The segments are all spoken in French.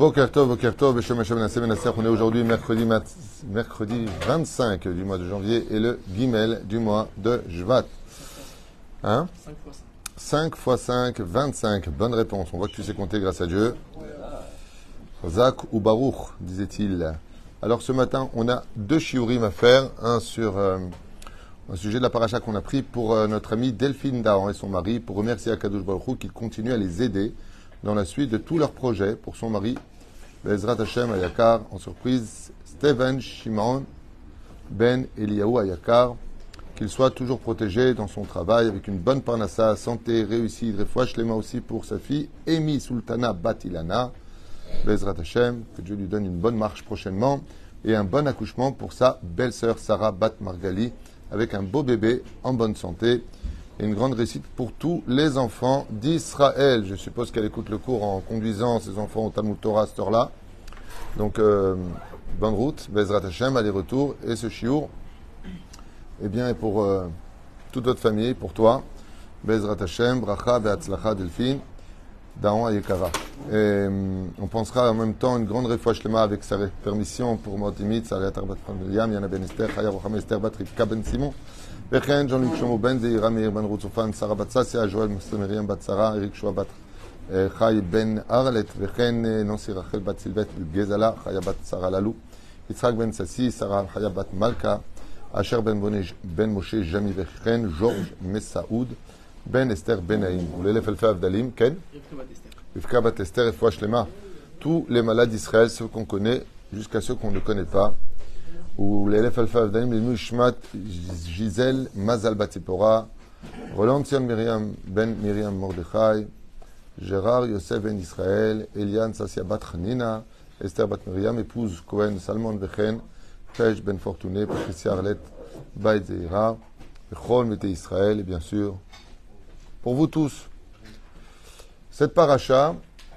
Boker Tov, Beshem Hashem Menaseh Menaseh. On est aujourd'hui mercredi 25 du mois de janvier et le Gimel du mois de Jvat. Hein? 5 x 5, 25. Bonne réponse. On voit que tu sais compter grâce à Dieu. Zak ou Baruch, disait-il. Alors ce matin, on a deux shiurim à faire. Un sur un sujet de la paracha qu'on a pris pour notre amie Delphine Dahan et son mari, pour remercier Akadosh Baruch Hu qu'il continue à les aider dans la suite de tous leurs projets pour son mari, Bezrat Hashem Ayakar, en surprise, Steven Shimon Ben Eliyahu Ayakar, qu'il soit toujours protégé dans son travail avec une bonne parnassa, santé, réussite, refoua shlema aussi pour sa fille, Emi Sultana Batilana, Bezrat Hashem, que Dieu lui donne une bonne marche prochainement, et un bon accouchement pour sa belle-sœur Sarah Bat Margali, avec un beau bébé en bonne santé. Et une grande réussite pour tous les enfants d'Israël. Je suppose qu'elle écoute le cours en conduisant ses enfants au Talmud Torah à cette heure-là. Donc, bonne route, Bezrat Hashem, aller-retour. Et ce chiour, eh bien, est pour toute votre famille, pour toi. Bezrat Hashem, Bracha, Be'atzlacha, Delphine, Dahan Ayekara. Et on pensera en même temps une grande refoua shlema avec sa permission pour Motimit, Sarah Tarbat Familiam, Yana Ben Esther, Chaya Rocham Esther Bat Rivka Ben Simon. וכן, ג'ון שלמה בן זעירה, מאיר בן רות צופן, שרה בת ססיה, ז'ואל מרים בת שרה, אריק שועה בת חי בן ארלט, וכן נוסי רחל בת סילבט גזלה, חיה בת שרה ללו, יצחק בן ססי, שרה חיה בת מלכה, אשר בן משה ג'מי, וכן ז'ורג' מסעוד, בן אסתר בן נעים. ולאלף אלפי הבדלים, כן? רבקה בת אסתר, רפואה שלמה. Tous les malades d'Israël, ceux qu'on connaît, jusqu'à ceux qu'on ne connaît pas. Ou l'élève alpha avdalim, les Mushmat, Gisèle, Mazal Batzipora, Roland Sion Miriam Ben Miriam Mordechai, Gérard Yosef Ben Israël, Eliane Sassia Bat Hanina, Esther Bat Miriam, épouse Cohen Salmon Bechen, Fesh Ben Fortuné, Patricia Arlette, Baït Zeira, Bechol Mete Israël, et bien sûr, pour vous tous. Cette paracha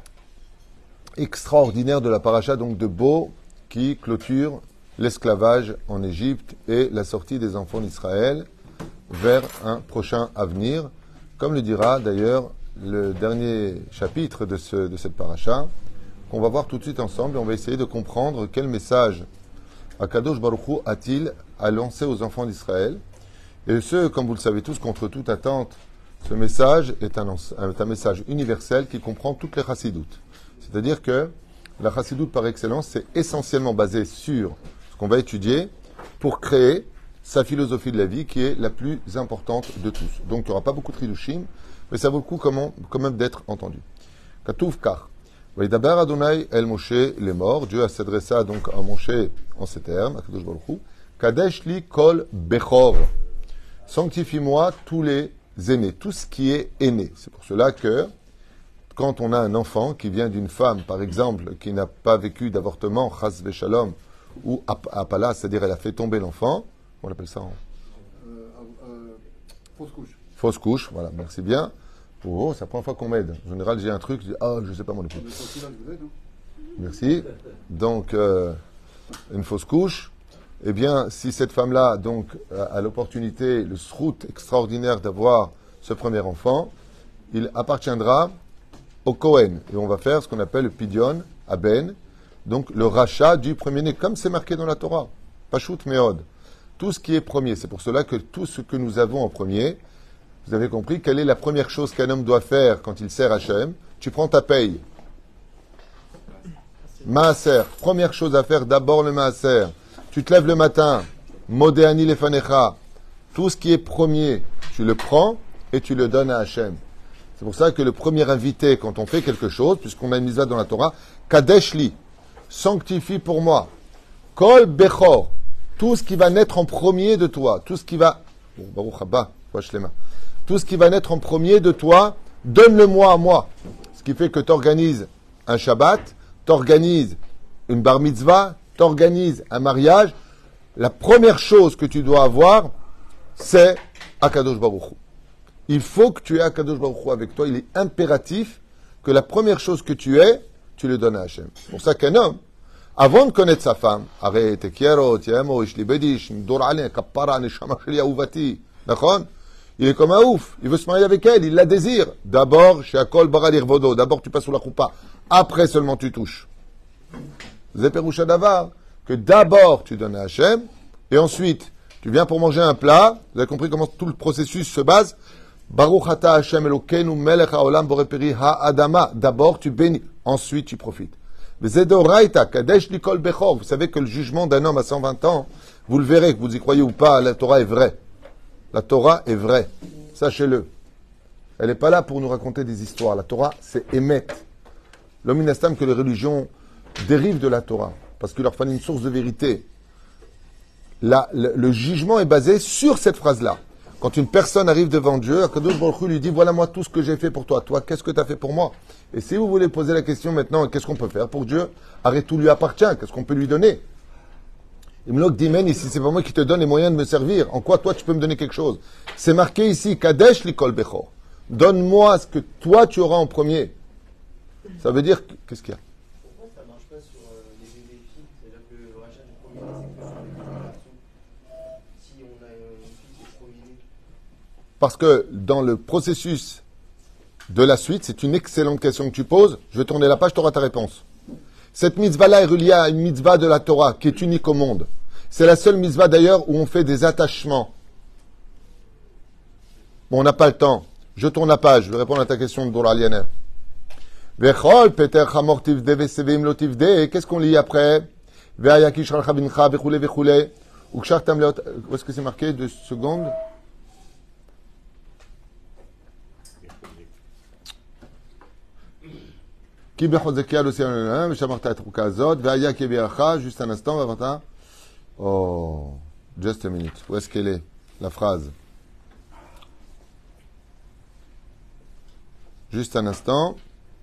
extraordinaire de la paracha donc de Bo qui clôture l'esclavage en Égypte et la sortie des enfants d'Israël vers un prochain avenir, comme le dira d'ailleurs le dernier chapitre de cette paracha, qu'on va voir tout de suite ensemble, et on va essayer de comprendre quel message Akadosh Baruch Hu a-t-il à lancer aux enfants d'Israël. Et ce, comme vous le savez tous, contre toute attente, ce message est un message universel qui comprend toutes les chassidoutes. C'est-à-dire que la chassidoute par excellence, c'est essentiellement basé sur qu'on va étudier pour créer sa philosophie de la vie qui est la plus importante de tous. Donc il n'y aura pas beaucoup de tridushim, mais ça vaut le coup quand même d'être entendu. Katuv kar. Vaidaber Adonai el Moshe les morts. Dieu s'adressa donc à Moshe en ces termes, Akadosh Baruch Hu. Kadesh li kol bechor. Sanctifie-moi tous les aînés, tout ce qui est aîné. C'est pour cela que quand on a un enfant qui vient d'une femme, par exemple, qui n'a pas vécu d'avortement, chas veshalom, ou apala, c'est-à-dire elle a fait tomber l'enfant, on appelle ça fausse couche. Fausse couche, voilà, merci bien. Oh, c'est la première fois qu'on m'aide. En général, j'ai un truc, je dis, je sais pas mon époux. Merci. Donc, une fausse couche. Eh bien, si cette femme-là, donc, a l'opportunité, le srout extraordinaire d'avoir ce premier enfant, il appartiendra au Kohen. Et on va faire ce qu'on appelle le Pidyon Aben, donc le rachat du premier-né, comme c'est marqué dans la Torah. Pashut Meod. Tout ce qui est premier. C'est pour cela que tout ce que nous avons en premier, vous avez compris, quelle est la première chose qu'un homme doit faire quand il sert Hachem? Tu prends ta paye. Maaser. Première chose à faire, d'abord le Maaser. Tu te lèves le matin. Modéani lefanecha. Tout ce qui est premier, tu le prends et tu le donnes à Hachem. C'est pour ça que le premier invité, quand on fait quelque chose, puisqu'on a une mise dans la Torah, Kadesh li. Sanctifie pour moi. Kol Bechor. Tout ce qui va naître en premier de toi. Tout ce qui va. Tout ce qui va naître en premier de toi, donne-le-moi à moi. Ce qui fait que tu organises un Shabbat, tu organises une bar mitzvah, tu organises un mariage. La première chose que tu dois avoir, c'est Akadosh Baruch Hu. Il faut que tu aies Akadosh Baruch Hu avec toi. Il est impératif que la première chose que tu aies, tu le donnes à Hachem. C'est pour ça qu'un homme, avant de connaître sa femme, arrête, te quiero, te amo, je libedish, m'dor ale, kappara, neshama sheli aouvati, d'accord? Il est comme un ouf. Il veut se marier avec elle, il la désire. D'abord, chez Akol Baral Irvodo. D'abord, tu passes sous la choupa. Après seulement, tu touches. Zeperusha Davar, que d'abord tu donnes à Hachem, et ensuite tu viens pour manger un plat. Vous avez compris comment tout le processus se base. Baruch ata Hachem Elokeinu melech haolam boreperi ha'adama. D'abord tu bénis, ensuite tu profites. V'zedoraita kadesh likol bechor. Vous savez que le jugement d'un homme à 120 ans, vous le verrez, que vous y croyez ou pas, la Torah est vraie. La Torah est vraie. Sachez-le. Elle n'est pas là pour nous raconter des histoires. La Torah, c'est émet. L'homme inastam que les religions dérivent de la Torah, parce qu'il leur fallait une source de vérité. Le jugement est basé sur cette phrase-là. Quand une personne arrive devant Dieu, Akadosh Baruch Hu lui dit, voilà moi tout ce que j'ai fait pour toi. Toi, qu'est-ce que tu as fait pour moi? Et si vous voulez poser la question maintenant, qu'est-ce qu'on peut faire pour Dieu? Arrête, tout lui appartient. Qu'est-ce qu'on peut lui donner? Imlok Dimen, ici, c'est pas moi qui te donne les moyens de me servir. En quoi toi tu peux me donner quelque chose? C'est marqué ici, Kadesh Likol Bechor. Donne-moi ce que toi tu auras en premier. Ça veut dire, qu'est-ce qu'il y a? Pourquoi ça ne marche pas sur les bébés filles? C'est-à-dire que le rachat du premier-né, c'est que sur les bébés garçons. Si on a une fille qui est premier-né. Parce que dans le processus de la suite, c'est une excellente question que tu poses. Je vais tourner la page, tu auras ta réponse. Cette mitzvah-là est reliée à une mitzvah de la Torah qui est unique au monde. C'est la seule mitzvah d'ailleurs où on fait des attachements. Bon, on n'a pas le temps. Je tourne la page. Je vais répondre à ta question de Dora Liener. Vechol Peter Chamor Tivde Vesevim Lo Tivde. Qu'est-ce qu'on lit après? Ve'ayakish Ralcha Bincha Vechule Vechule. Ukshar Tamleot. Où est-ce que c'est marqué? 2 secondes. Qui bechozekia l'océan, Shamarta Trukazot, Ve'aya Kebiacha, juste un instant, Vavata. Oh, just a minute. Où est-ce qu'elle est? La phrase. Juste un instant.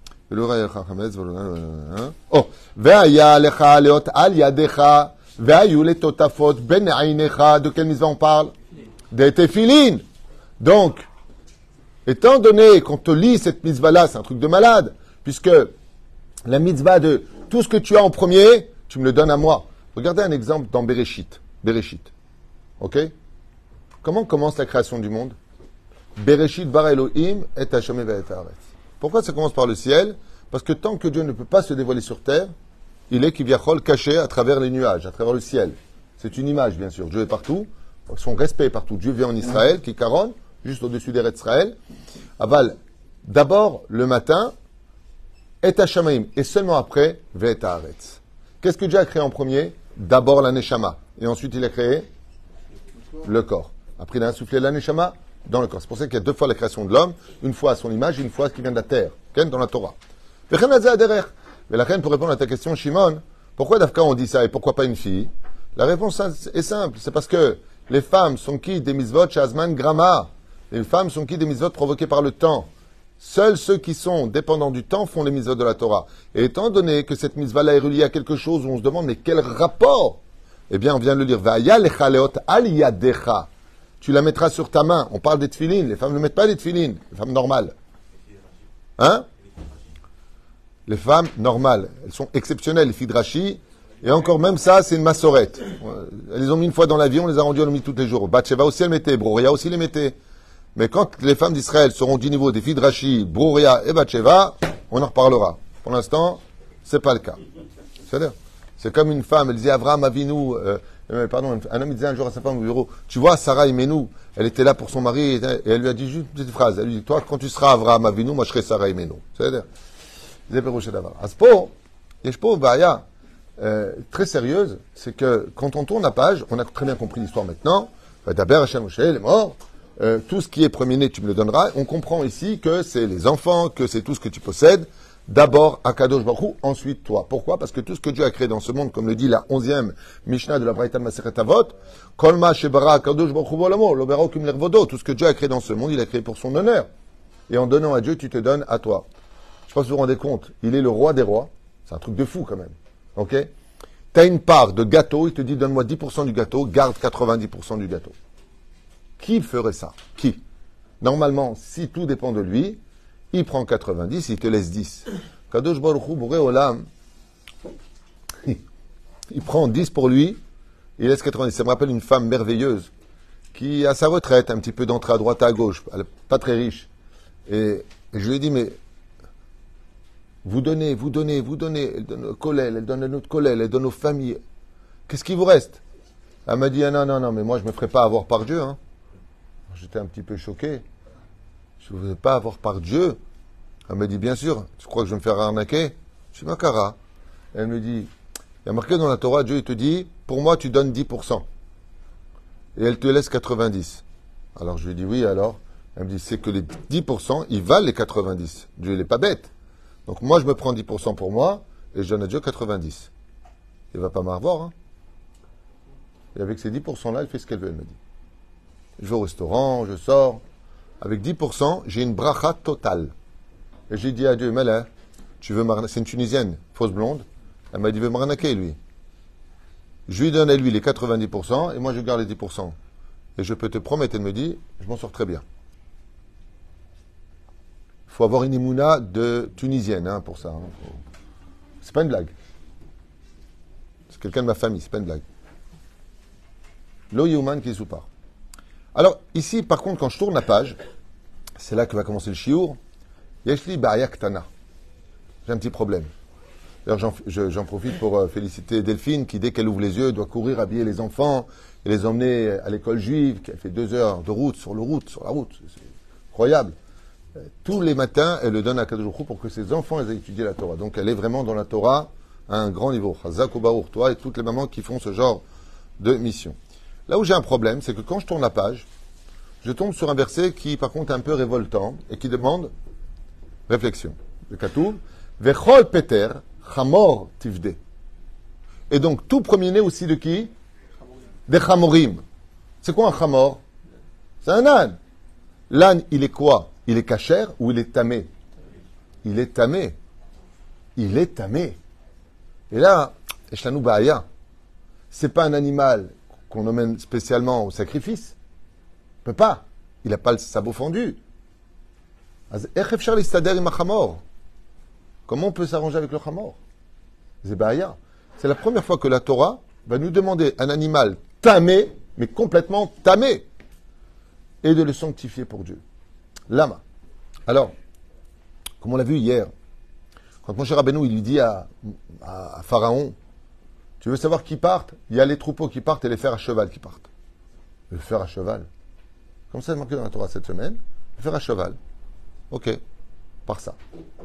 Oh, Ve'aya lecha leot al yadecha, Ve'ayu le totafot ben ainecha. De quelle mitzvah on parle? Des tefilin. Donc, étant donné qu'on te lit cette mitzvah-là, c'est un truc de malade, puisque la mitzvah de tout ce que tu as en premier, tu me le donnes à moi. Regardez un exemple dans Bereshit. Bereshit. Ok? Comment commence la création du monde? Bereshit bara Elohim et Hashem et haaretz. Pourquoi ça commence par le ciel? Parce que tant que Dieu ne peut pas se dévoiler sur terre, il est kivyachol caché à travers les nuages, à travers le ciel. C'est une image, bien sûr. Dieu est partout. Son respect est partout. Dieu vient en Israël, qui caronne, juste au-dessus des raies d'Israël. Aval, d'abord, le matin, et Hashamaim, et seulement après, Ve'et Haaretz. Qu'est-ce que Dieu a créé en premier? D'abord la Neshama, et ensuite il a créé le corps. Après il a insufflé la Neshama dans le corps. C'est pour ça qu'il y a 2 fois la création de l'homme, une fois à son image, et une fois qui vient de la terre, dans la Torah. Mais la reine, pour répondre à ta question, Shimon, pourquoi d'Afka on dit ça, et pourquoi pas une fille? La réponse est simple, c'est parce que les femmes sont qui des mitzvot shazman grama. Les femmes sont qui des mitzvot provoquées par le temps. Seuls ceux qui sont dépendants du temps font les mitzvot de la Torah. Et étant donné que cette mitzvah-là est reliée à quelque chose où on se demande, mais quel rapport? Eh bien, on vient de le dire. Va'aya lecha leot al yadecha. Tu la mettras sur ta main. On parle des tefilines. Les femmes ne mettent pas les tefilines. Les femmes normales. Hein? Les femmes normales. Elles sont exceptionnelles, les filles de Rashi. Et encore même ça, c'est une massorette. Elles les ont mis une fois dans la vie, on les a rendues, on les a mis tous les jours. Bathsheba aussi, elle mettait. Broria aussi les mettait. Mais quand les femmes d'Israël seront du niveau des filles de Rashi, Broria et Bathsheba, on en reparlera. Pour l'instant, c'est pas le cas. C'est-à-dire, c'est comme une femme, elle disait Avraham Avinu, un homme il disait un jour à sa femme au bureau, tu vois, Sarah Imenu, elle était là pour son mari, et elle lui a dit juste une petite phrase. Elle lui dit, toi, quand tu seras Avraham Avinu, moi je serai Sarah Imenu. C'est-à-dire, très sérieuse, c'est que quand on tourne la page, on a très bien compris l'histoire maintenant. D'abord, Hachem Moshe, il est mort. Tout ce qui est premier-né, tu me le donneras. On comprend ici que c'est les enfants, que c'est tout ce que tu possèdes. D'abord, Akadosh Baruch Hu, ensuite toi. Pourquoi? Parce que tout ce que Dieu a créé dans ce monde, comme le dit la 11e Mishnah de la Braïta de Masechet Avot, Kolma Shebara Akadosh Baruch Hu Bolamo, Lobero Kim Lervodo, tout ce que Dieu a créé dans ce monde, il a créé pour son honneur. Et en donnant à Dieu, tu te donnes à toi. Je sais pas si vous vous rendez compte, il est le roi des rois. C'est un truc de fou quand même. Ok? T'as une part de gâteau, il te dit donne-moi 10% du gâteau, garde 90% du gâteau. Qui ferait ça? Qui? Normalement, si tout dépend de lui, il prend 90, il te laisse 10. Kadosh Baruch Hu Boré Olam, il prend 10 pour lui, il laisse 90. Ça me rappelle une femme merveilleuse qui, à sa retraite, un petit peu d'entrée à droite à gauche, elle n'est pas très riche. Et je lui ai dit, mais Vous donnez, vous donnez, vous donnez. Elle donne au collège, elle donne à notre collège, elle donne aux familles. Qu'est-ce qui vous reste? Elle m'a dit, ah non, non, non, mais moi je ne me ferai pas avoir par Dieu. Hein. J'étais un petit peu choqué. Je ne veux pas avoir par Dieu. Elle me dit, bien sûr, tu crois que je vais me faire arnaquer? Je suis Makara. Elle me dit, il y a marqué dans la Torah, Dieu il te dit, pour moi tu donnes 10%. Et elle te laisse 90. Alors je lui dis, oui, alors? Elle me dit, c'est que les 10%, ils valent les 90. Dieu il n'est pas bête. Donc moi je me prends 10% pour moi, et je donne à Dieu 90. Il ne va pas m'en revoir. Hein. Et avec ces 10%-là, elle fait ce qu'elle veut, elle me dit. Je vais au restaurant, je sors. Avec 10%, j'ai une bracha totale. Et j'ai dit à Dieu, mais là, tu veux m'arnaquer? C'est une Tunisienne, fausse blonde. Elle m'a dit, veut m'arnaquer, lui. Je lui donne à lui les 90% et moi je garde les 10%. Et je peux te promettre, elle me dit, je m'en sors très bien. Il faut avoir une émouna de Tunisienne hein, pour ça. Hein. C'est pas une blague. C'est quelqu'un de ma famille, c'est pas une blague. Lo Yehuman qui soupar. Alors, ici, par contre, quand je tourne la page, c'est là que va commencer le chiour. Yeshli Ba'ayak Tana. J'ai un petit problème. D'ailleurs, j'en profite pour féliciter Delphine qui, dès qu'elle ouvre les yeux, doit courir habiller les enfants et les emmener à l'école juive, qui a fait 2 heures de route sur la route. C'est incroyable. Tous les matins, elle le donne à Kadosh Baruch Hu pour que ses enfants aient étudié la Torah. Donc, elle est vraiment dans la Torah à un grand niveau. Chazak Baruch, toi et toutes les mamans qui font ce genre de mission. Là où j'ai un problème, c'est que quand je tourne la page, je tombe sur un verset qui, par contre, est un peu révoltant et qui demande réflexion. Le Katoub, Vechol Peter, Chamor Tivde. Et donc, tout premier-né aussi de qui? Des Chamorim. C'est quoi un Chamor? C'est un âne. L'âne, il est quoi? Il est cachère ou il est tamé? Il est tamé. Il est tamé. Et là, Eshlanu Ba'aya, c'est pas un animal qu'on emmène spécialement au sacrifice. Il ne peut pas. Il n'a pas le sabot fendu. Comment on peut s'arranger avec le chamor? C'est la première fois que la Torah va nous demander un animal tamé, mais complètement tamé, et de le sanctifier pour Dieu. Lama. Alors, comme on l'a vu hier, quand mon cher Rabbeinu, il lui dit à Pharaon, tu veux savoir qui partent? Il y a les troupeaux qui partent et les fers à cheval qui partent. Le fer à cheval. Comme ça, c'est marqué dans la Torah cette semaine. Le fer à cheval. Ok. Par ça.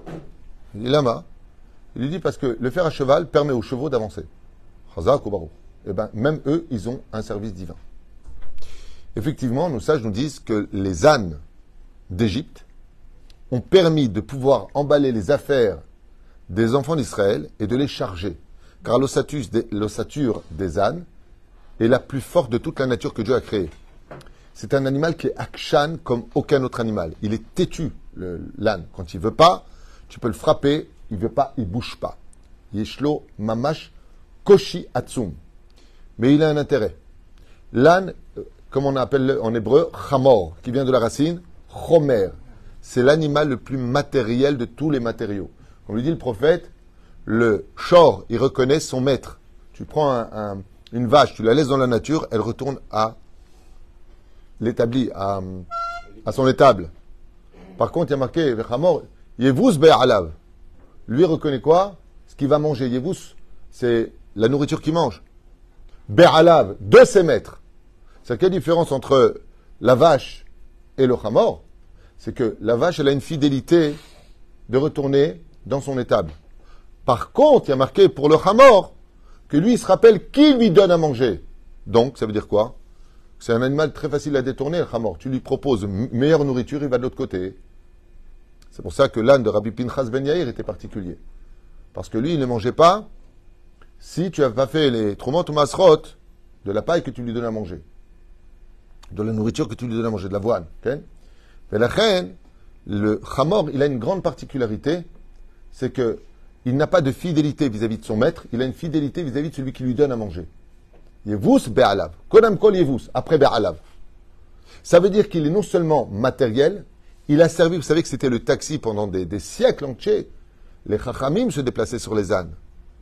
Il dit Lama. Il lui dit parce que le fer à cheval permet aux chevaux d'avancer. Chazak ou Baruch. Eh bien, même eux, ils ont un service divin. Effectivement, nos sages nous disent que les ânes d'Égypte ont permis de pouvoir emballer les affaires des enfants d'Israël et de les charger. Car l'ossature des ânes est la plus forte de toute la nature que Dieu a créée. C'est un animal qui est akshan comme aucun autre animal. Il est têtu, l'âne. Quand il veut pas, tu peux le frapper, il veut pas, il bouge pas. Yeshlo mamash koshi atsum. Mais il a un intérêt. L'âne, comme on appelle en hébreu, chamor, qui vient de la racine chomer. C'est l'animal le plus matériel de tous les matériaux. On lui dit le prophète, le shor, il reconnaît son maître. Tu prends une vache, tu la laisses dans la nature, elle retourne à l'établi, à son étable. Par contre, il y a marqué, Vechamor, Yevus be'alav. Lui reconnaît quoi? Ce qu'il va manger. Yevus, c'est la nourriture qu'il mange. Be'alav, de ses maîtres. C'est quelle différence entre la vache et le chamor? C'est que la vache, elle a une fidélité de retourner dans son étable. Par contre, il y a marqué pour le chamor que lui, il se rappelle qui lui donne à manger. Donc, ça veut dire quoi? C'est un animal très facile à détourner, le chamor. Tu lui proposes meilleure nourriture, il va de l'autre côté. C'est pour ça que l'âne de Rabbi Pinchas Ben Yair était particulier. Parce que lui, il ne mangeait pas si tu n'as pas fait les trumot ou masrot de la paille que tu lui donnes à manger. De la nourriture que tu lui donnes à manger, de l'avoine. Okay? Mais la reine, le chamor, il a une grande particularité, c'est que il n'a pas de fidélité vis-à-vis de son maître, il a une fidélité vis-à-vis de celui qui lui donne à manger. Yevus be'alav. Kodam kol yevus. Après be'alav. Ça veut dire qu'il est non seulement matériel, il a servi, vous savez que c'était le taxi pendant des siècles entiers. Les chachamim se déplaçaient sur les ânes.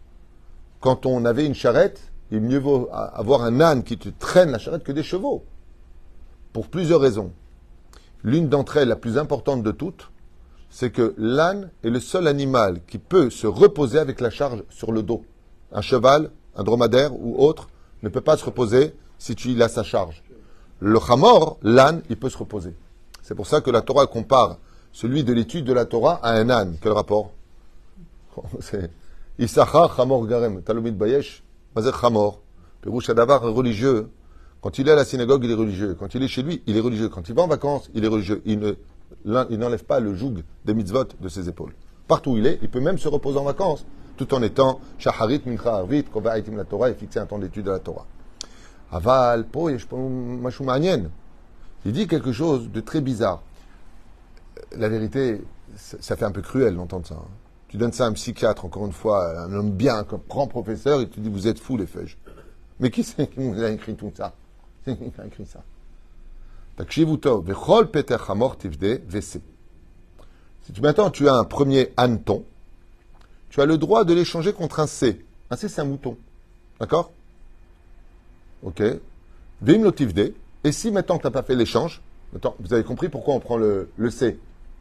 Quand on avait une charrette, il mieux vaut avoir un âne qui te traîne la charrette que des chevaux. Pour plusieurs raisons. L'une d'entre elles, la plus importante de toutes, c'est que l'âne est le seul animal qui peut se reposer avec la charge sur le dos. Un cheval, un dromadaire ou autre ne peut pas se reposer si il a sa charge. Le chamor, l'âne, il peut se reposer. C'est pour ça que la Torah compare celui de l'étude de la Torah à un âne. Quel rapport? C'est Issachar chamor garem. Talmud bayesh, mazet chamor. Pérouche Adavar est religieux. Quand il est à la synagogue, il est religieux. Quand il est chez lui, il est religieux. Quand il va en vacances, il est religieux. Il n'enlève pas le joug des mitzvot de ses épaules. Partout où il peut même se reposer en vacances, tout en étant shaharit mincha arvit, kova'aitim la Torah et fixer un temps d'étude de la Torah. Aval, po, mashou ma'anien. Il dit quelque chose de très bizarre. La vérité, ça fait un peu cruel d'entendre ça. Tu donnes ça à un psychiatre, encore une fois, un homme bien, un grand professeur, et tu dis, vous êtes fous, les feuilles. Mais qui c'est qui nous a écrit tout ça? Qui a écrit ça? Takshivu tov, vechol peter chamor tivde vc. Si maintenant tu as un premier hanneton, tu as le droit de l'échanger contre un C. Un C, c'est un mouton. D'accord? Ok. Vim lo tivde. Et si maintenant que tu n'as pas fait l'échange, vous avez compris pourquoi on prend le C?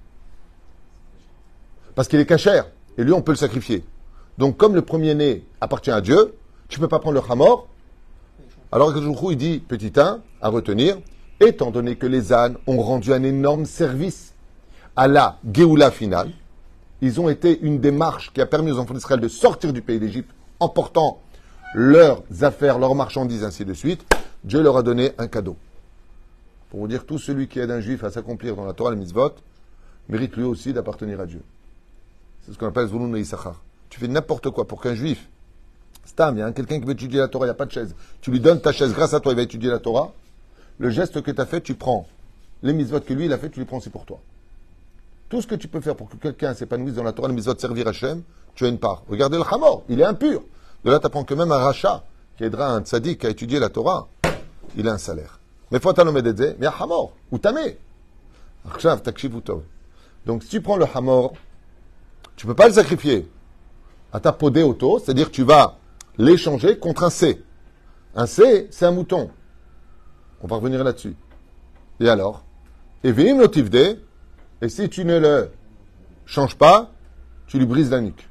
Parce qu'il est cachère. Et lui, on peut le sacrifier. Donc, comme le premier-né appartient à Dieu, tu ne peux pas prendre le chamor. Alors, il dit, petit 1, à retenir, étant donné que les ânes ont rendu un énorme service à la Géoula finale, ils ont été une démarche qui a permis aux enfants d'Israël de sortir du pays d'Égypte en portant leurs affaires, leurs marchandises, ainsi de suite. Dieu leur a donné un cadeau. Pour vous dire, tout celui qui aide un juif à s'accomplir dans la Torah, le mitzvot, mérite lui aussi d'appartenir à Dieu. C'est ce qu'on appelle Zvulun et Issachar. Tu fais n'importe quoi pour qu'un juif, Stam, il y a quelqu'un qui veut étudier la Torah, il n'y a pas de chaise. Tu lui donnes ta chaise, grâce à toi, il va étudier la Torah. Le geste que tu as fait, tu prends les mitzvot que lui, il a fait, tu les prends aussi pour toi. Tout ce que tu peux faire pour que quelqu'un s'épanouisse dans la Torah, le mitzvot servir Hachem, tu as une part. Regardez le Hamor, il est impur. De là, tu apprends que même un rachat qui aidera un tzaddik à étudier la Torah, il a un salaire. Mais faut t'en mettre des mais un Hamor, ou tamé. Donc, si tu prends le Hamor, tu ne peux pas le sacrifier à ta podé auto, c'est-à-dire que tu vas l'échanger contre un C. Un C, c'est un mouton. On va revenir là-dessus. Et alors? Et vim notivde, et si tu ne le changes pas, tu lui brises la nuque.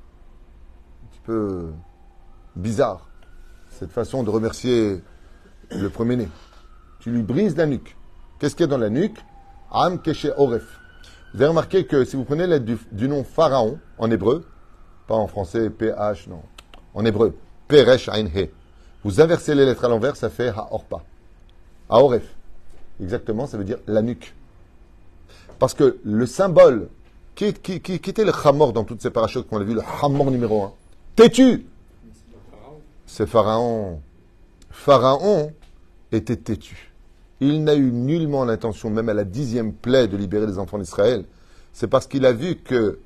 Un petit peu bizarre, cette façon de remercier le premier-né. Tu lui brises la nuque. Qu'est-ce qu'il y a dans la nuque? Am keshe oref. Vous avez remarqué que si vous prenez l'aide du nom Pharaon, en hébreu, pas en français, PH, non, en hébreu, Peresh Ain He, vous inversez les lettres à l'envers, ça fait Haorpa. Haoref. Exactement, ça veut dire la nuque. Parce que le symbole, qui était le Hamor dans toutes ces parachutes qu'on a vu, le Hamor numéro 1, têtu. C'est Pharaon. Pharaon était têtu. Il n'a eu nullement l'intention, même à la 10e plaie, de libérer les enfants d'Israël. C'est parce qu'il a vu que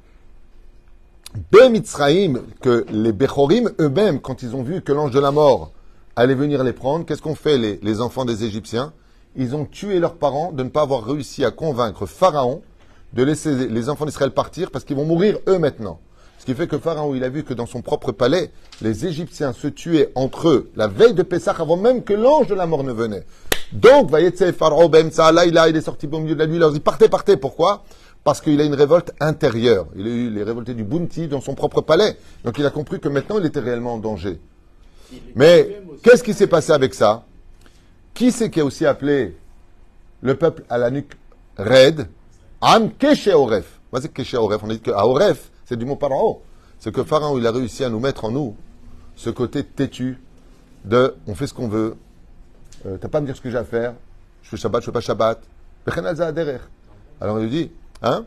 Mitzraïm, que les Bechorim eux-mêmes, quand ils ont vu que l'ange de la mort allait venir les prendre, qu'est-ce qu'ont fait les enfants des Égyptiens? Ils ont tué leurs parents de ne pas avoir réussi à convaincre Pharaon de laisser les enfants d'Israël partir parce qu'ils vont mourir eux maintenant. Ce qui fait que Pharaon, il a vu que dans son propre palais, les Égyptiens se tuaient entre eux la veille de Pessah avant même que l'ange de la mort ne venait. Donc, voyez, Pharaon, il est sorti au milieu de la nuit, il leur dit partez. Pourquoi? Parce qu'il a une révolte intérieure. Il a eu les révoltés du Bounty dans son propre palais. Donc il a compris que maintenant il était réellement en danger. Mais qu'est-ce qui s'est passé avec ça? Qui c'est qui a aussi appelé le peuple à la nuque raide? Am Keshe Oref. C'est Keshe Oref. On a dit que Oref, c'est du mot Pharaon. C'est que Pharaon, il a réussi à nous mettre en nous ce côté têtu de on fait ce qu'on veut. T'as pas à me dire ce que j'ai à faire. Je fais Shabbat, je fais pas Shabbat. Alors il lui dit, hein?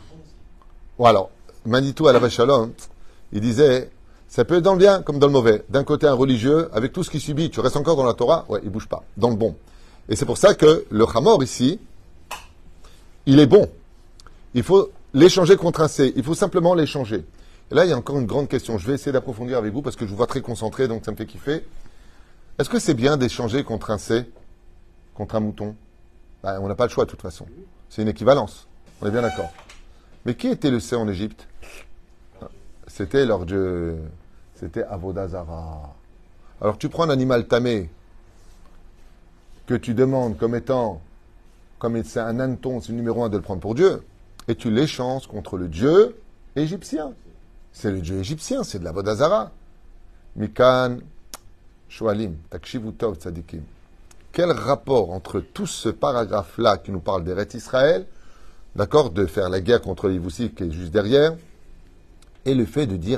Ou alors, Manitou à la Shalom, il disait, ça peut être dans le bien comme dans le mauvais. D'un côté, un religieux, avec tout ce qu'il subit, tu restes encore dans la Torah, ouais, il bouge pas, dans le bon. Et c'est pour ça que le Hamor ici, il est bon. Il faut l'échanger contre un C. Il faut simplement l'échanger. Et là, il y a encore une grande question. Je vais essayer d'approfondir avec vous parce que je vous vois très concentré, donc ça me fait kiffer. Est-ce que c'est bien d'échanger contre un C, contre un mouton? Ben, on n'a pas le choix de toute façon. C'est une équivalence. On est bien d'accord. Mais qui était le C en Égypte? C'était leur dieu. C'était Avodazara. Alors tu prends un animal tamé que tu demandes comme étant, comme c'est un hanneton, c'est le numéro 1 de le prendre pour Dieu. et tu l'échanges contre le dieu égyptien. C'est le dieu égyptien, c'est de la Vodazara. Mikan, Shoalim, Takshivu Tov Tzadikim. Quel rapport entre tout ce paragraphe-là qui nous parle d'Eretz Israël, d'accord, de faire la guerre contre les Yévoussis qui est juste derrière, et le fait de dire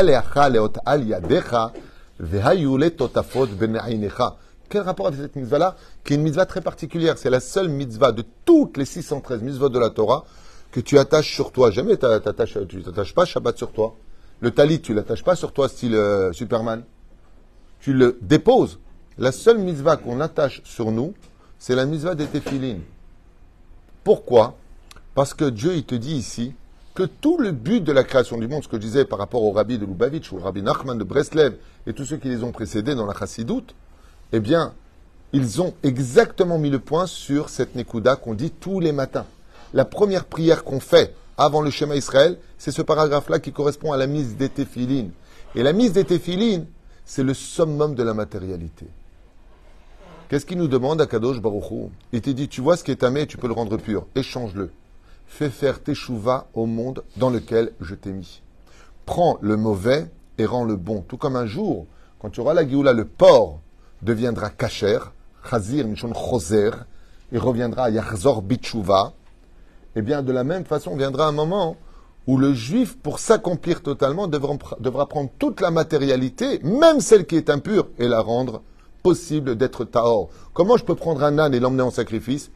quel rapport avec cette mitzvah-là, qui est une mitzvah très particulière. C'est la seule mitzvah de toutes les 613 mitzvot de la Torah que tu attaches sur toi. Jamais tu n'attaches pas Shabbat sur toi. Le talit, tu ne l'attaches pas sur toi, style Superman. Tu le déposes. La seule mitzvah qu'on attache sur nous, c'est la mitzvah des téphilines. Pourquoi? Parce que Dieu, il te dit ici que tout le but de la création du monde, ce que je disais par rapport au rabbi de Lubavitch, ou au rabbi Nachman de Breslev, et tous ceux qui les ont précédés dans la Chassidoute, eh bien, ils ont exactement mis le point sur cette Nekuda qu'on dit tous les matins. La première prière qu'on fait avant le Shema Israël, c'est ce paragraphe-là qui correspond à la mise des téphilines. Et la mise des téphilines, c'est le summum de la matérialité. Qu'est-ce qu'il nous demande à Kadosh Baruch Hu? Il te dit, tu vois ce qui est tamé, tu peux le rendre pur. Échange-le. Fais faire teshuva au monde dans lequel je t'ai mis. Prends le mauvais et rends le bon. Tout comme un jour, quand tu auras la Géoula, le porc deviendra kasher, chazir, mishon choser, il reviendra à yachzor bitshuva. Eh bien, de la même façon, viendra un moment où le juif, pour s'accomplir totalement, devra prendre toute la matérialité, même celle qui est impure, et la rendre possible d'être tahor. Comment je peux prendre un âne et l'emmener en sacrifice?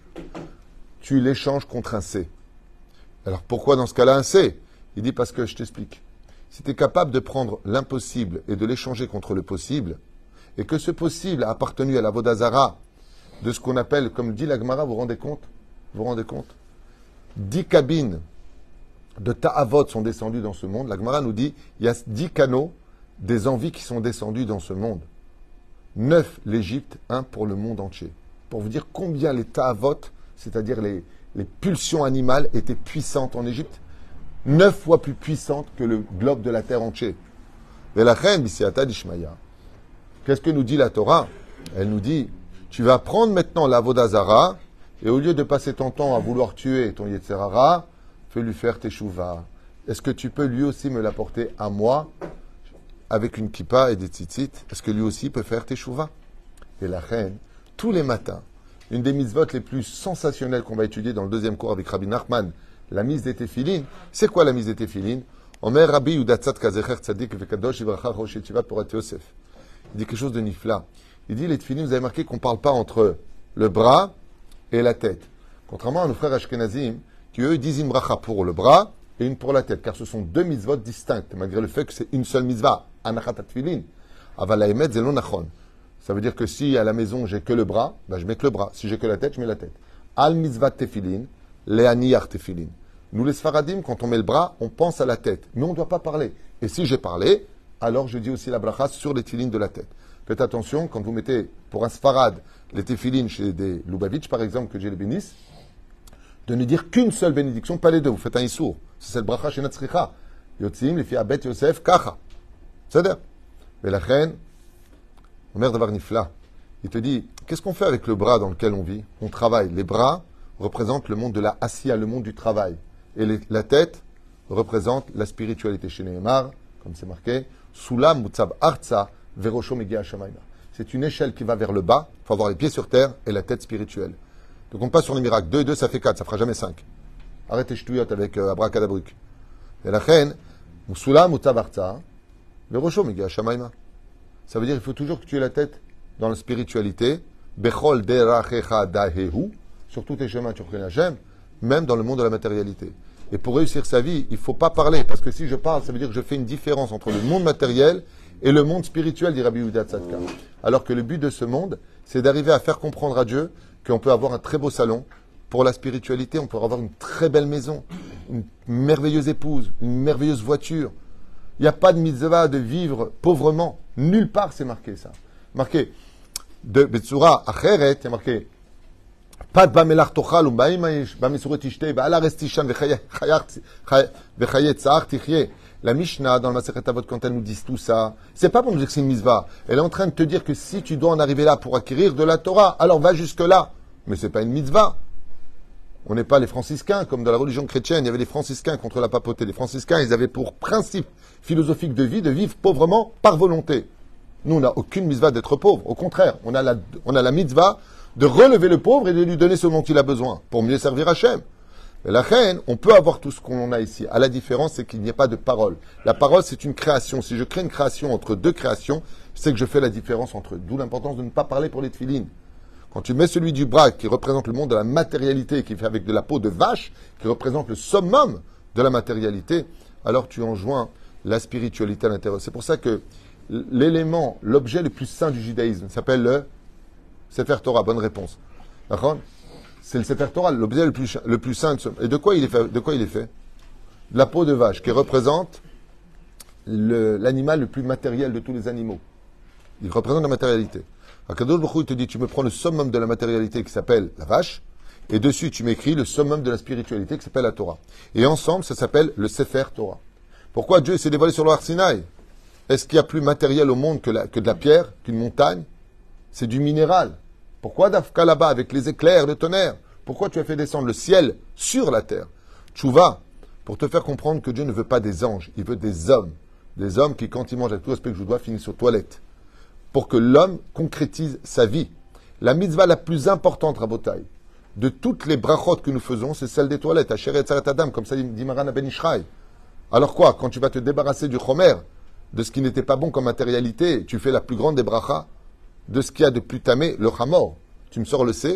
Tu l'échanges contre un C. Alors pourquoi dans ce cas-là un C? Il dit parce que je t'explique. Si tu es capable de prendre l'impossible et de l'échanger contre le possible, et que ce possible a appartenu à la Vodazara, de ce qu'on appelle, comme dit la Gemara, vous vous rendez compte? Vous vous rendez compte? 10 cabines de Ta'avot sont descendues dans ce monde. La Gemara nous dit, il y a 10 canaux des envies qui sont descendus dans ce monde. 9 l'Égypte, 1 pour le monde entier. Pour vous dire combien les Ta'avot, c'est-à-dire les pulsions animales, étaient puissantes en Égypte. 9 fois plus puissantes que le globe de la terre entier. Et la reine, Bisiata d'Ishmaïa. Qu'est-ce que nous dit la Torah? Elle nous dit, tu vas prendre maintenant la Vodazara, et au lieu de passer ton temps à vouloir tuer ton Yetzerara, fais-lui faire teshuva. Est-ce que tu peux lui aussi me l'apporter à moi, avec une kippa et des tzitzit? Est-ce que lui aussi peut faire teshuva? Et la reine, tous les matins, une des mitzvot les plus sensationnelles qu'on va étudier dans le deuxième cours avec Rabbi Nachman, la mise des téphilines. C'est quoi la mise des téphilines? Omer Rabbi Yudatzat Kazecher Tzadik Vekadosh Ibracha Rosh Yeshivat Porat Yosef. Il dit quelque chose de nifla. Il dit les téphilines, vous avez marqué qu'on ne parle pas entre le bras et la tête. Contrairement à nos frères Ashkenazim, qui eux disent une bracha pour le bras et une pour la tête, car ce sont deux mitzvot distinctes, malgré le fait que c'est une seule mitzvah, anachat tefilin. Aval haemet ze lo nachon. Ça veut dire que si à la maison j'ai que le bras, ben je mets que le bras. Si j'ai que la tête, je mets la tête. Al mitzvah tefilin, le'aniyar tefilin. Nous les Sfaradim, quand on met le bras, on pense à la tête, mais on ne doit pas parler. Et si j'ai parlé, alors je dis aussi la bracha sur les tefilines de la tête. Faites attention, quand vous mettez pour un Sfarad les tefilines chez des Lubavitch, par exemple, que j'ai les bénisse, de ne dire qu'une seule bénédiction, pas les deux. Vous faites un issour. C'est le bracha chez Natsricha. Yotzim, les filles Abet Yosef, Kacha. C'est-à-dire, mais la reine, Omer Davar Nifla, il te dit, qu'est-ce qu'on fait avec le bras dans lequel on vit? On travaille. Les bras représentent le monde de la Asiya, le monde du travail. Et la tête représente la spiritualité. Chez Nehemar, comme c'est marqué, Sulam Mutzab Arza, Verosho Megia Shamayna. C'est une échelle qui va vers le bas. Il faut avoir les pieds sur terre et la tête spirituelle. Donc on passe sur les miracles. 2 et 2, ça fait 4, ça fera jamais 5. Arrêtez ch'touillotte avec abracadabruk. Et la reine, Moussula Moutabarta, le rochot, mais Shamayma. Ça veut dire qu'il faut toujours que tu aies la tête dans la spiritualité. Bechol derachecha dahehu, sur tous tes chemins, tu reconnais Hachem, même dans le monde de la matérialité. Et pour réussir sa vie, il ne faut pas parler, parce que si je parle, ça veut dire que je fais une différence entre le monde matériel et le monde spirituel, dit Rabbi Yehuda Tzadka. Alors que le but de ce monde, c'est d'arriver à faire comprendre à Dieu qu'on peut avoir un très beau salon. Pour la spiritualité, on peut avoir une très belle maison, une merveilleuse épouse, une merveilleuse voiture. Il n'y a pas de mitzvah de vivre pauvrement. Nulle part c'est marqué ça. Marqué de Betsura Acheret, il y a marqué Pat bamelach tochal bamisuret tishtei ba'ala restishan vechayet tzar tichye. La Mishnah, dans le Masechet Avot, quand elle nous dit tout ça, c'est pas pour nous dire que c'est une mitzvah. Elle est en train de te dire que si tu dois en arriver là pour acquérir de la Torah, alors va jusque là. Mais c'est pas une mitzvah. On n'est pas les franciscains, comme dans la religion chrétienne, il y avait les franciscains contre la papauté. Les franciscains, ils avaient pour principe philosophique de vie de vivre pauvrement par volonté. Nous, on n'a aucune mitzvah d'être pauvre. Au contraire, on a la mitzvah de relever le pauvre et de lui donner ce dont il a besoin pour mieux servir Hachem. Et la reine, on peut avoir tout ce qu'on a ici. À la différence, c'est qu'il n'y a pas de parole. La parole, c'est une création. Si je crée une création entre deux créations, c'est que je fais la différence entre eux. D'où l'importance de ne pas parler pour les tefilines. Quand tu mets celui du bras qui représente le monde de la matérialité, qui est fait avec de la peau de vache, qui représente le summum de la matérialité, alors tu enjoins la spiritualité à l'intérieur. C'est pour ça que l'élément, l'objet le plus saint du judaïsme s'appelle le Sefer Torah. Bonne réponse. D'accord ? C'est le Sefer Torah, l'objet le plus saint. Et de quoi il est fait? De quoi il est fait? De la peau de vache, qui représente l'animal le plus matériel de tous les animaux. Il représente la matérialité. Akadosh Baruch Hu, il te dit, tu me prends le summum de la matérialité qui s'appelle la vache, et dessus tu m'écris le summum de la spiritualité qui s'appelle la Torah. Et ensemble, ça s'appelle le Sefer Torah. Pourquoi Dieu s'est dévoilé sur le Har Sinaï? Est-ce qu'il y a plus matériel au monde que de la pierre, qu'une montagne? C'est du minéral. Pourquoi Dafka là-bas, avec les éclairs, le tonnerre? Pourquoi tu as fait descendre le ciel sur la terre? Tchouva, pour te faire comprendre que Dieu ne veut pas des anges, il veut des hommes. Des hommes qui, quand ils mangent avec tout respect que je dois, finissent aux toilettes. Pour que l'homme concrétise sa vie. La mitzvah la plus importante, Rabotai, de toutes les brachot que nous faisons, c'est celle des toilettes. Asher Yetzaret Adam, comme ça dit Maran Ben Ishraï. Alors quoi, quand tu vas te débarrasser du chomer, de ce qui n'était pas bon comme matérialité, tu fais la plus grande des brachas, de ce qu'il y a de plus tamé, le chamor. Tu me sors le C,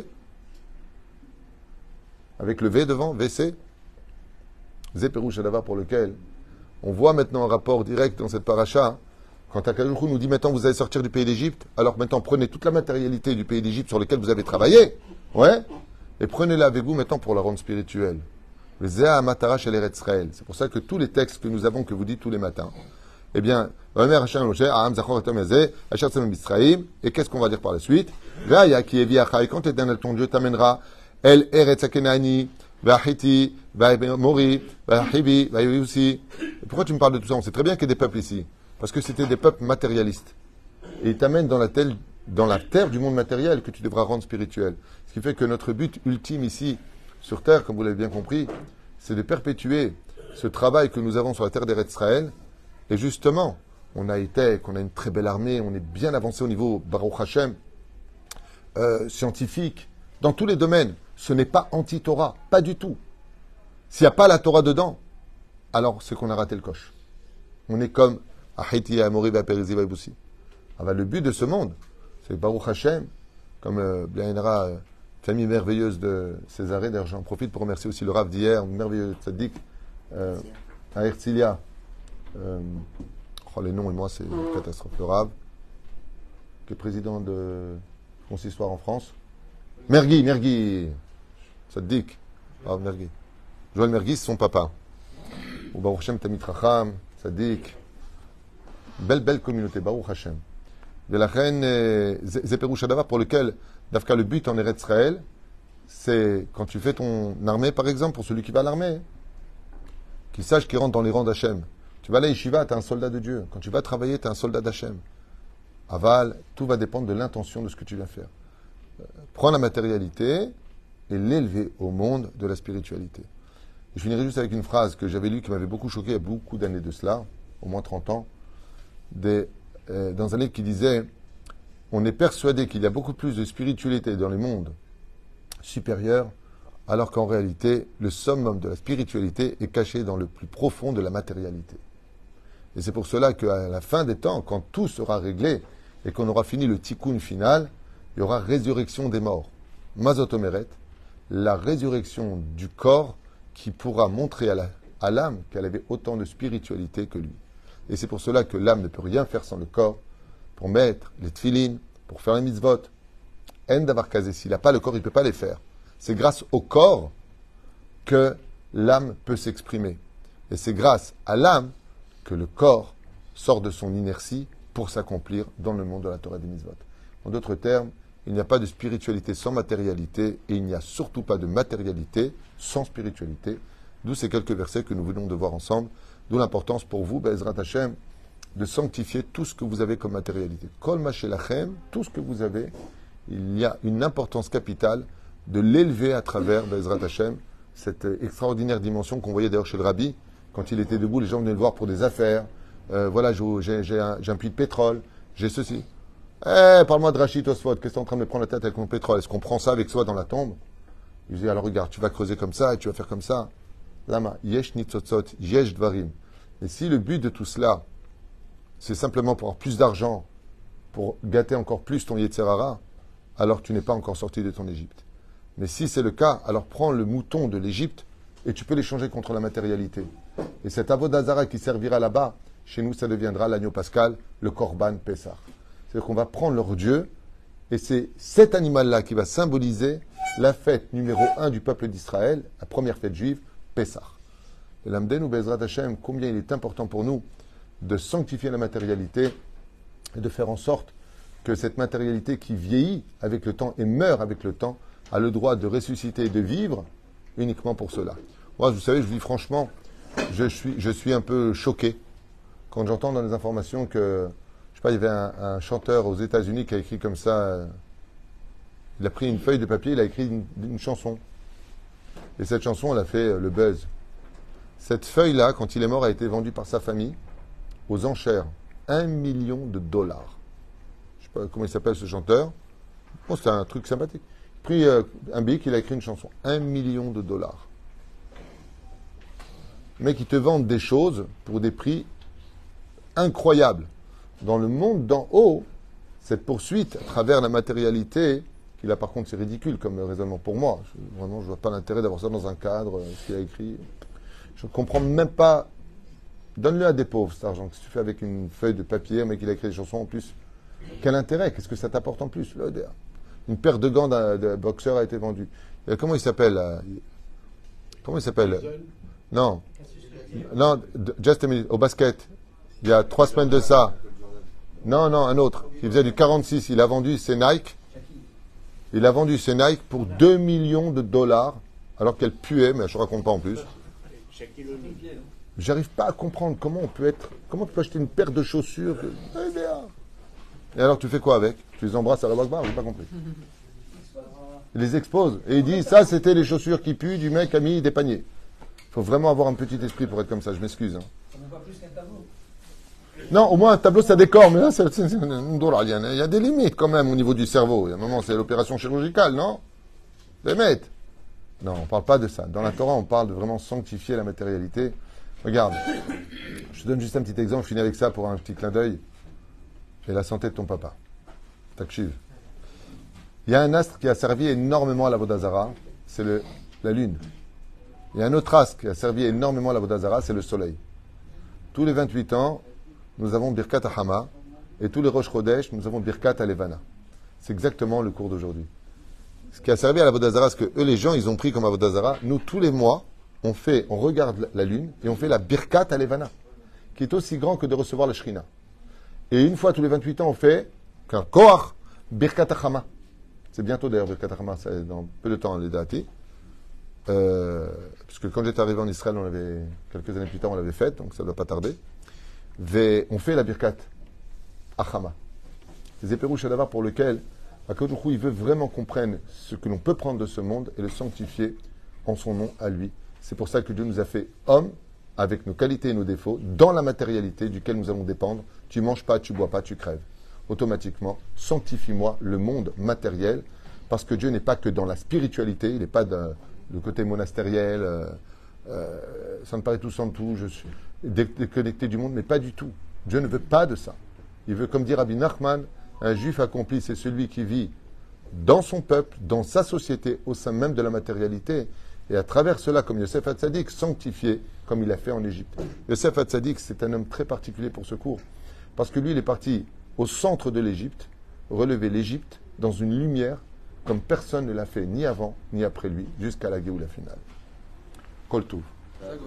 avec le V devant, VC. Zéperou Shadava, pour lequel on voit maintenant un rapport direct dans cette paracha. Quand Akadosh nous dit maintenant vous allez sortir du pays d'Égypte, alors maintenant prenez toute la matérialité du pays d'Égypte sur lequel vous avez travaillé, ouais, et prenez-la avec vous maintenant pour la rendre spirituelle. C'est pour ça que tous les textes que nous avons, que vous dites tous les matins, eh bien, et qu'est-ce qu'on va dire par la suite? Quand l'Éternel ton Dieu t'amènera El Eretz Akenani, Vahiti, Vahimori, Vahibi, Vahiusi. Pourquoi tu me parles de tout ça? On sait très bien qu'il y a des peuples ici. Parce que c'était des peuples matérialistes. Et ils t'amènent dans la terre du monde matériel que tu devras rendre spirituel. Ce qui fait que notre but ultime ici, sur terre, comme vous l'avez bien compris, c'est de perpétuer ce travail que nous avons sur la terre d'Eretz Israël. Et justement, on a une très belle armée, on est bien avancé au niveau Baruch Hashem, scientifique, dans tous les domaines. Ce n'est pas anti-Torah, pas du tout. S'il n'y a pas la Torah dedans, alors c'est qu'on a raté le coche. On est comme Ahiti, Amori, Vaperizi, Vaiboussi. Le but de ce monde, c'est Baruch Hashem, comme Blainra, famille merveilleuse de Césarée. D'ailleurs, j'en profite pour remercier aussi le Rav d'hier, merveilleux tzaddik, à Herzliya. Les noms et moi, c'est une catastrophe. Le Rav, qui est président de consistoire en France. Mergui, tzaddik, Rav Mergui. Joël Mergui, c'est son papa. Ou Baruch Hashem, Tamit Racham, tzaddik. Belle communauté, Baruch Hashem. De la reine Zéperou Shadava, pour lequel, Dafka, le but en Eretz Israël, c'est quand tu fais ton armée, par exemple, pour celui qui va à l'armée, qu'il sache qu'il rentre dans les rangs d'Hachem. Tu vas à la yeshiva, tu es un soldat de Dieu. Quand tu vas travailler, tu es un soldat d'Hachem. Aval, tout va dépendre de l'intention de ce que tu viens faire. Prends la matérialité et l'élever au monde de la spiritualité. Et je finirai juste avec une phrase que j'avais lue, qui m'avait beaucoup choqué il y a beaucoup d'années de cela, au moins 30 ans, dans un livre qui disait « On est persuadé qu'il y a beaucoup plus de spiritualité dans les mondes supérieurs, alors qu'en réalité, le summum de la spiritualité est caché dans le plus profond de la matérialité. » Et c'est pour cela qu'à la fin des temps, quand tout sera réglé et qu'on aura fini le tikkun final, il y aura résurrection des morts. Mazotomeret, la résurrection du corps qui pourra montrer à l'âme qu'elle avait autant de spiritualité que lui. Et c'est pour cela que l'âme ne peut rien faire sans le corps, pour mettre les tfilines, pour faire les mitzvot. En davar kazé, s'il n'a pas le corps, il ne peut pas les faire. C'est grâce au corps que l'âme peut s'exprimer. Et c'est grâce à l'âme que le corps sort de son inertie pour s'accomplir dans le monde de la Torah des mitzvot. En d'autres termes, il n'y a pas de spiritualité sans matérialité et il n'y a surtout pas de matérialité sans spiritualité. D'où ces quelques versets que nous venons de voir ensemble. D'où l'importance pour vous, Be'ezrat Hashem, de sanctifier tout ce que vous avez comme matérialité. Kol Mashelachem, tout ce que vous avez, il y a une importance capitale de l'élever à travers Bezrat Hashem, cette extraordinaire dimension qu'on voyait d'ailleurs chez le Rabbi. Quand il était debout, les gens venaient le voir pour des affaires. Voilà, j'ai un puits de pétrole, j'ai ceci. Parle-moi de Rachid Oswald, qu'est-ce que tu es en train de me prendre la tête avec mon pétrole? Est-ce qu'on prend ça avec soi dans la tombe? Il dit, alors regarde, tu vas creuser comme ça et tu vas faire comme ça. Lama, yesh nitzotzot, yesh dvarim. Et si le but de tout cela, c'est simplement pour avoir plus d'argent, pour gâter encore plus ton Yetzerara, alors tu n'es pas encore sorti de ton Égypte. Mais si c'est le cas, alors prends le mouton de l'Égypte et tu peux l'échanger contre la matérialité. Et cet Avodazara qui servira là-bas, chez nous, ça deviendra l'agneau pascal, le Korban Pessah. C'est-à-dire qu'on va prendre leur Dieu, et c'est cet animal-là qui va symboliser la fête numéro 1 du peuple d'Israël, la première fête juive, Pessah. Et l'Amden ou Bezrat Hashem, combien il est important pour nous de sanctifier la matérialité et de faire en sorte que cette matérialité qui vieillit avec le temps et meurt avec le temps a le droit de ressusciter et de vivre uniquement pour cela. Moi, vous savez, je vous dis franchement, je suis un peu choqué quand j'entends dans les informations que, je sais pas, il y avait un chanteur aux États-Unis qui a écrit comme ça, il a pris une feuille de papier, il a écrit une chanson. Et cette chanson, elle a fait le buzz. Cette feuille-là, quand il est mort, a été vendue par sa famille aux enchères. $1 million. Je sais pas comment il s'appelle ce chanteur. Bon, c'est un truc sympathique. Il a pris un bic, il a écrit une chanson. $1 million. Le mec, il te vend des choses pour des prix incroyables. Dans le monde d'en haut, cette poursuite à travers la matérialité, qui là par contre c'est ridicule comme raisonnement pour moi. Vraiment, je vois pas l'intérêt d'avoir ça dans un cadre, ce qu'il a écrit. Je ne comprends même pas. Donne-le à des pauvres cet argent. Qu'est-ce que tu fais avec une feuille de papier, un mec qui a écrit des chansons en plus? Quel intérêt? Qu'est-ce que ça t'apporte en plus? Une paire de gants de boxeur a été vendue. Comment il s'appelle? Comment il s'appelle? Non. Non, just a minute. Au basket. Il y a 3 semaines de ça. Non, un autre. Il faisait du 46. Il a vendu ses Nike. Il a vendu ses Nike pour $2 millions, alors qu'elle puait, mais je ne raconte pas en plus. J'arrive pas à comprendre comment tu peux acheter une paire de chaussures. Et alors tu fais quoi avec? Tu les embrasses à la Wakbar? J'ai pas compris. Il les expose. Et il dit, ça c'était les chaussures qui puent du mec qui a mis des paniers. Il faut vraiment avoir un petit esprit pour être comme ça, je m'excuse. Hein. Ça n'est pas plus qu'un tableau. Non, au moins un tableau ça décore, mais là il y a des limites quand même au niveau du cerveau. Il y a un moment c'est l'opération chirurgicale, non? Les mettre. Non, on ne parle pas de ça. Dans la Torah, on parle de vraiment sanctifier la matérialité. Regarde, je te donne juste un petit exemple, je finis avec ça pour un petit clin d'œil. Et la santé de ton papa. Takshiv. Il y a un astre qui a servi énormément à la Vodazara, c'est la lune. Il y a un autre astre qui a servi énormément à la Vodazara, c'est le soleil. Tous les 28 ans, nous avons Birkat Hama, et tous les Rosh Chodesh, nous avons Birkat Alevana. C'est exactement le cours d'aujourd'hui. Ce qui a servi à la Vodazara, c'est que eux, les gens, ils ont pris comme Vodazara. Nous, tous les mois, on regarde la lune et on fait la Birkat Alevana, qui est aussi grand que de recevoir la Shrina. Et une fois tous les 28 ans, on fait qu'un Koach Birkat Hama. C'est bientôt d'ailleurs Birkat Hama, c'est dans peu de temps, les dates. Parce que quand j'étais arrivé en Israël, quelques années plus tard, on l'avait faite, donc ça ne doit pas tarder. On fait la Birkat Achama. C'est Zéperouch Adavar pour lequel Akadosh Baruch Hu, il veut vraiment qu'on prenne ce que l'on peut prendre de ce monde et le sanctifier en son nom à lui. C'est pour ça que Dieu nous a fait hommes avec nos qualités et nos défauts dans la matérialité duquel nous allons dépendre. Tu manges pas, tu bois pas, tu crèves. Automatiquement, sanctifie-moi le monde matériel parce que Dieu n'est pas que dans la spiritualité, il n'est pas dans le côté monastériel, ça me paraît tout sans tout, je suis déconnecté du monde, mais pas du tout. Dieu ne veut pas de ça. Il veut, comme dit Rabbi Nachman, un juif accompli, c'est celui qui vit dans son peuple, dans sa société, au sein même de la matérialité, et à travers cela, comme Yosef Hatzadik, sanctifié, comme il a fait en Égypte. Yosef Hatzadik, c'est un homme très particulier pour ce cours, parce que lui, il est parti au centre de l'Égypte, relever l'Égypte dans une lumière, comme personne ne l'a fait, ni avant, ni après lui, jusqu'à la Géoula finale. Kol Tov.